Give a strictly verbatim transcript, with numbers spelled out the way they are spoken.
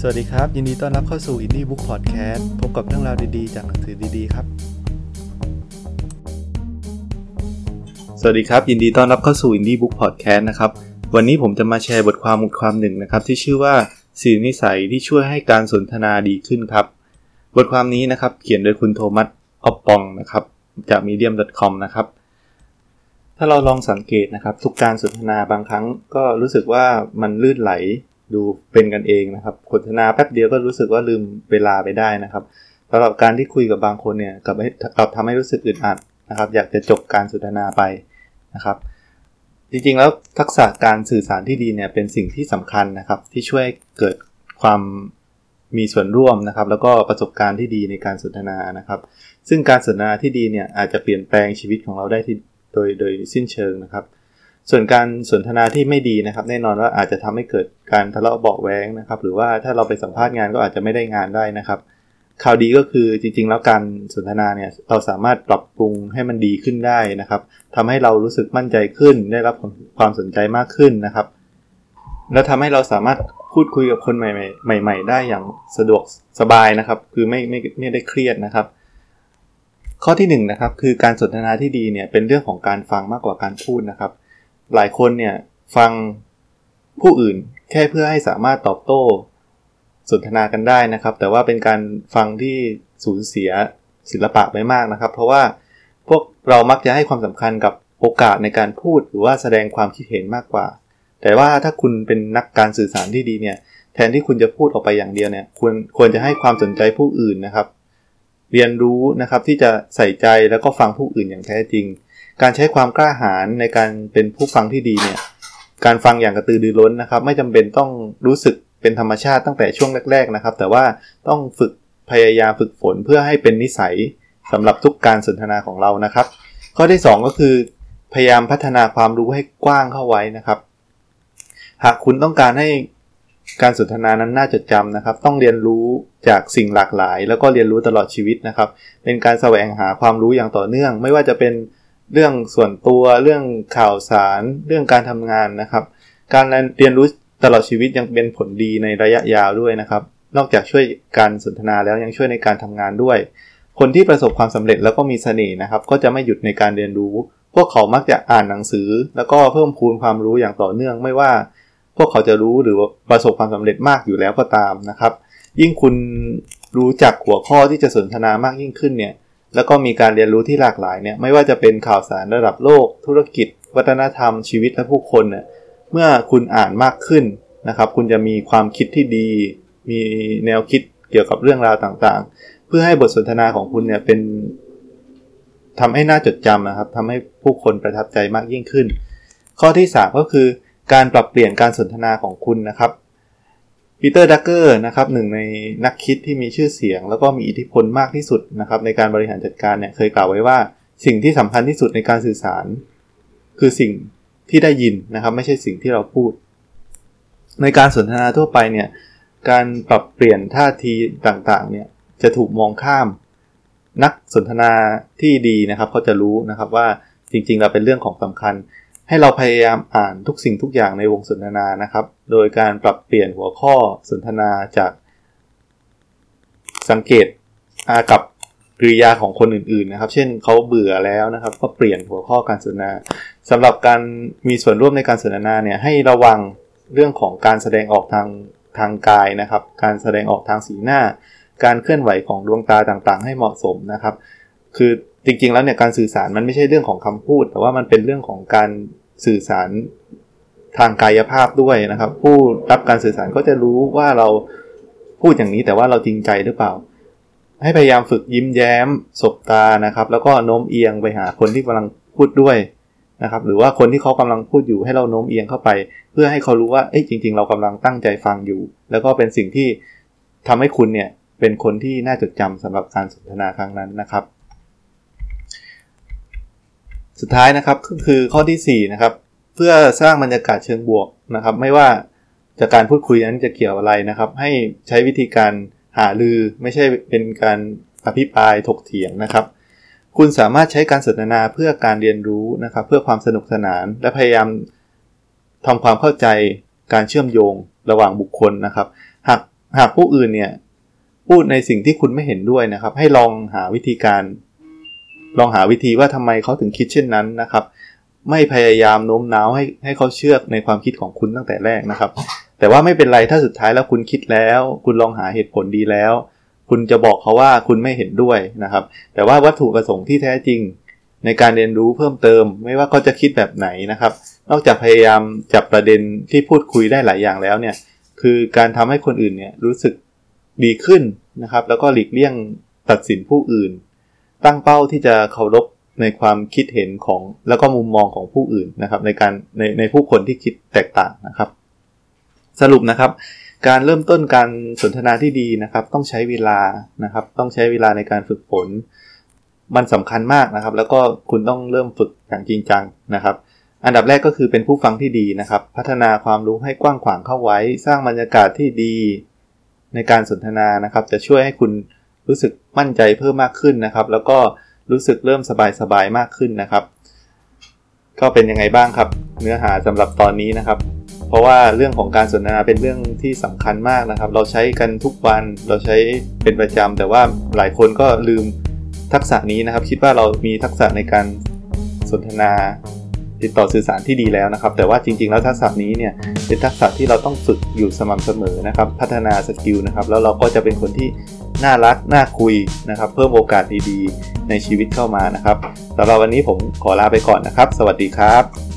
สวัสดีครับยินดีต้อนรับเข้าสู่ Indie Book Podcast พบกับเรื่องราวดีๆจากหนังสือดีๆครับสวัสดีครับยินดีต้อนรับเข้าสู่ Indie Book Podcast นะครับวันนี้ผมจะมาแชร์บทความบทความหนึ่งนะครับที่ชื่อว่าสี่นิสัยที่ช่วยให้การสนทนาดีขึ้นครับบทความนี้นะครับเขียนโดยคุณโทมัสออปปองนะครับจาก medium ดอท คอม นะครับถ้าเราลองสังเกตนะครับทุกการสนทนาบางครั้งก็รู้สึกว่ามันลื่นไหลดูเป็นกันเองนะครับสนทนาแป๊บเดียวก็รู้สึกว่าลืมเวลาไปได้นะครับสำหรับการที่คุยกับบางคนเนี่ยกลับกลับทำให้รู้สึกอึดอัดนะครับอยากจะจบการสนทนาไปนะครับจริงๆแล้วทักษะการสื่อสารที่ดีเนี่ยเป็นสิ่งที่สำคัญนะครับที่ช่วยเกิดความมีส่วนร่วมนะครับแล้วก็ประสบการณ์ที่ดีในการสนทนานะครับซึ่งการสนทนาที่ดีเนี่ยอาจจะเปลี่ยนแปลงชีวิตของเราได้ที่โดยโดยสิ้นเชิงนะครับส่วนการสนทนาที่ไม่ดีนะครับแน่นอนว่าอาจจะทำให้เกิดการทะเลาะเบาะแว้งนะครับหรือว่าถ้าเราไปสัมภาษณ์งานก็อาจจะไม่ได้งานได้นะครับข่าวดีก็คือจริงๆแล้วการสนทนาเนี่ยเราสามารถปรับปรุงให้มันดีขึ้นได้นะครับทำให้เรารู้สึกมั่นใจขึ้นได้รับความสนใจมากขึ้นนะครับแล้วทำให้เราสามารถพูดคุยกับคนใหม่ๆใหม่ๆได้อย่างสะดวกสบายนะครับคือไม่ไม่ไม่ได้เครียดนะครับข้อที่หนึ่งนะครับคือการสนทนาที่ดีเนี่ยเป็นเรื่องของการฟังมากกว่าการพูดนะครับหลายคนเนี่ยฟังผู้อื่นแค่เพื่อให้สามารถตอบโต้สนทนากันได้นะครับแต่ว่าเป็นการฟังที่สูญเสียศิลปะไปมากนะครับเพราะว่าพวกเรามักจะให้ความสำคัญกับโอกาสในการพูดหรือว่าแสดงความคิดเห็นมากกว่าแต่ว่าถ้าคุณเป็นนักการสื่อสารที่ดีเนี่ยแทนที่คุณจะพูดออกไปอย่างเดียวเนี่ยควรควรจะให้ความสนใจผู้อื่นนะครับเรียนรู้นะครับที่จะใส่ใจแล้วก็ฟังผู้อื่นอย่างแท้จริงการใช้ความกล้าหาญในการเป็นผู้ฟังที่ดีเนี่ยการฟังอย่างกระตือรือร้นนะครับไม่จำเป็นต้องรู้สึกเป็นธรรมชาติตั้งแต่ช่วงแรกๆนะครับแต่ว่าต้องฝึกพยายามฝึกฝนเพื่อให้เป็นนิสัยสำหรับทุกการสนทนาของเรานะครับข้อที่สองก็คือพยายามพัฒนาความรู้ให้กว้างเข้าไว้นะครับหากคุณต้องการให้การสนทนานั้นน่าจดจำนะครับต้องเรียนรู้จากสิ่งหลากหลายแล้วก็เรียนรู้ตลอดชีวิตนะครับเป็นการแสวงหาความรู้อย่างต่อเนื่องไม่ว่าจะเป็นเรื่องส่วนตัวเรื่องข่าวสารเรื่องการทำงานนะครับการเรียนรู้ตลอดชีวิตยังเป็นผลดีในระยะยาวด้วยนะครับนอกจากช่วยการสนทนาแล้วยังช่วยในการทำงานด้วยคนที่ประสบความสำเร็จแล้วก็มีเสน่ห์นะครับก็จะไม่หยุดในการเรียนรู้พวกเขามักจะอ่านหนังสือแล้วก็เพิ่มพูนความรู้อย่างต่อเนื่องไม่ว่าพวกเขาจะรู้หรือประสบความสำเร็จมากอยู่แล้วก็ตามนะครับยิ่งคุณรู้จักหัวข้อที่จะสนทนามากยิ่งขึ้นเนี่ยแล้วก็มีการเรียนรู้ที่หลากหลายเนี่ยไม่ว่าจะเป็นข่าวสารระดับโลกธุรกิจวัฒนธรรมชีวิตและผู้คนเนี่ยเมื่อคุณอ่านมากขึ้นนะครับคุณจะมีความคิดที่ดีมีแนวคิดเกี่ยวกับเรื่องราวต่างๆเพื่อให้บทสนทนาของคุณเนี่ยเป็นทำให้น่าจดจำนะครับทำให้ผู้คนประทับใจมากยิ่งขึ้นข้อที่สามก็คือการปรับเปลี่ยนการสนทนาของคุณนะครับปีเตอร์ดักเกอร์นะครับหนึ่งในนักคิดที่มีชื่อเสียงแล้วก็มีอิทธิพลมากที่สุดนะครับในการบริหารจัดการเนี่ยเคยกล่าวไว้ว่าสิ่งที่สำคัญที่สุดในการสื่อสารคือสิ่งที่ได้ยินนะครับไม่ใช่สิ่งที่เราพูดในการสนทนาทั่วไปเนี่ยการปรับเปลี่ยนท่าทีต่างๆเนี่ยจะถูกมองข้ามนักสนทนาที่ดีนะครับเขาจะรู้นะครับว่าจริงๆเราเป็นเรื่องของสำคัญให้เราพยายามอ่านทุกสิ่งทุกอย่างในวงสนทนานะครับโดยการปรับเปลี่ยนหัวข้อสนทนาจากสังเกตกับกริยาของคนอื่นๆนะครับเช่นเขาเบื่อแล้วนะครับก็เปลี่ยนหัวข้อการสนทนาสำหรับการมีส่วนร่วมในการสนทนาเนี่ยให้ระวังเรื่องของการแสดงออกทางทางกายนะครับการแสดงออกทางสีหน้าการเคลื่อนไหวของดวงตาต่างๆให้เหมาะสมนะครับคือจริงๆแล้วเนี่ยการสื่อสารมันไม่ใช่เรื่องของคำพูดแต่ว่ามันเป็นเรื่องของการสื่อสารทางกายภาพด้วยนะครับผู้รับการสื่อสารก็จะรู้ว่าเราพูดอย่างนี้แต่ว่าเราจริงใจหรือเปล่าให้พยายามฝึกยิ้มแย้มสบตานะครับแล้วก็โน้มเอียงไปหาคนที่กำลังพูดด้วยนะครับหรือว่าคนที่เขากำลังพูดอยู่ให้เราโน้มเอียงเข้าไปเพื่อให้เขารู้ว่าเอ้ยจริงๆเรากำลังตั้งใจฟังอยู่แล้วก็เป็นสิ่งที่ทำให้คุณเนี่ยเป็นคนที่น่าจดจำสำหรับการสนทนาครั้งนั้นนะครับสุดท้ายนะครับก็คือข้อที่สี่นะครับเพื่อสร้างบรรยากาศเชิงบวกนะครับไม่ว่าจากการพูดคุยนั้นจะเกี่ยวอะไรนะครับให้ใช้วิธีการหารือไม่ใช่เป็นการอภิปรายถกเถียงนะครับคุณสามารถใช้การสนทนาเพื่อการเรียนรู้นะครับเพื่อความสนุกสนานและพยายามทำความเข้าใจการเชื่อมโยงระหว่างบุคคลนะครับหากหากผู้อื่นเนี่ยพูดในสิ่งที่คุณไม่เห็นด้วยนะครับให้ลองหาวิธีการลองหาวิธีว่าทำไมเขาถึงคิดเช่นนั้นนะครับไม่พยายามโน้มน้าวให้ให้เขาเชื่อในความคิดของคุณตั้งแต่แรกนะครับแต่ว่าไม่เป็นไรถ้าสุดท้ายแล้วคุณคิดแล้วคุณลองหาเหตุผลดีแล้วคุณจะบอกเขาว่าคุณไม่เห็นด้วยนะครับแต่ว่าวัตถุประสงค์ที่แท้จริงในการเรียนรู้เพิ่มเติมไม่ว่าเขาจะคิดแบบไหนนะครับนอกจากพยายามจับประเด็นที่พูดคุยได้หลายอย่างแล้วเนี่ยคือการทำให้คนอื่นเนี่ยรู้สึกดีขึ้นนะครับแล้วก็หลีกเลี่ยงตัดสินผู้อื่นตั้งเป้าที่จะเคารพในความคิดเห็นของแล้วก็มุมมองของผู้อื่นนะครับในการในในผู้คนที่คิดแตกต่างนะครับสรุปนะครับการเริ่มต้นการสนทนาที่ดีนะครับต้องใช้เวลานะครับต้องใช้เวลาในการฝึกฝนมันสำคัญมากนะครับแล้วก็คุณต้องเริ่มฝึกอย่างจริงจังนะครับอันดับแรกก็คือเป็นผู้ฟังที่ดีนะครับพัฒนาความรู้ให้กว้างขวางเข้าไว้สร้างบรรยากาศที่ดีในการสนทนานะครับจะช่วยให้คุณรู้สึกมั่นใจเพิ่มมากขึ้นนะครับแล้วก็รู้สึกเริ่มสบายๆมากขึ้นนะครับก็เป็นยังไงบ้างครับเนื้อหาสำหรับตอนนี้นะครับเพราะว่าเรื่องของการสนทนาเป็นเรื่องที่สำคัญมากนะครับเราใช้กันทุกวันเราใช้เป็นประจำแต่ว่าหลายคนก็ลืมทักษะนี้นะครับคิดว่าเรามีทักษะในการสนทนาติดต่อสื่อสารที่ดีแล้วนะครับแต่ว่าจริงๆแล้วทักษะนี้เนี่ยเป็นทักษะที่เราต้องฝึกอยู่สม่ำเสมอนะครับพัฒนาสกิลนะครับแล้วเราก็จะเป็นคนที่น่ารักน่าคุยนะครับเพิ่มโอกาสดีๆในชีวิตเข้ามานะครับสำหรับวันนี้ผมขอลาไปก่อนนะครับสวัสดีครับ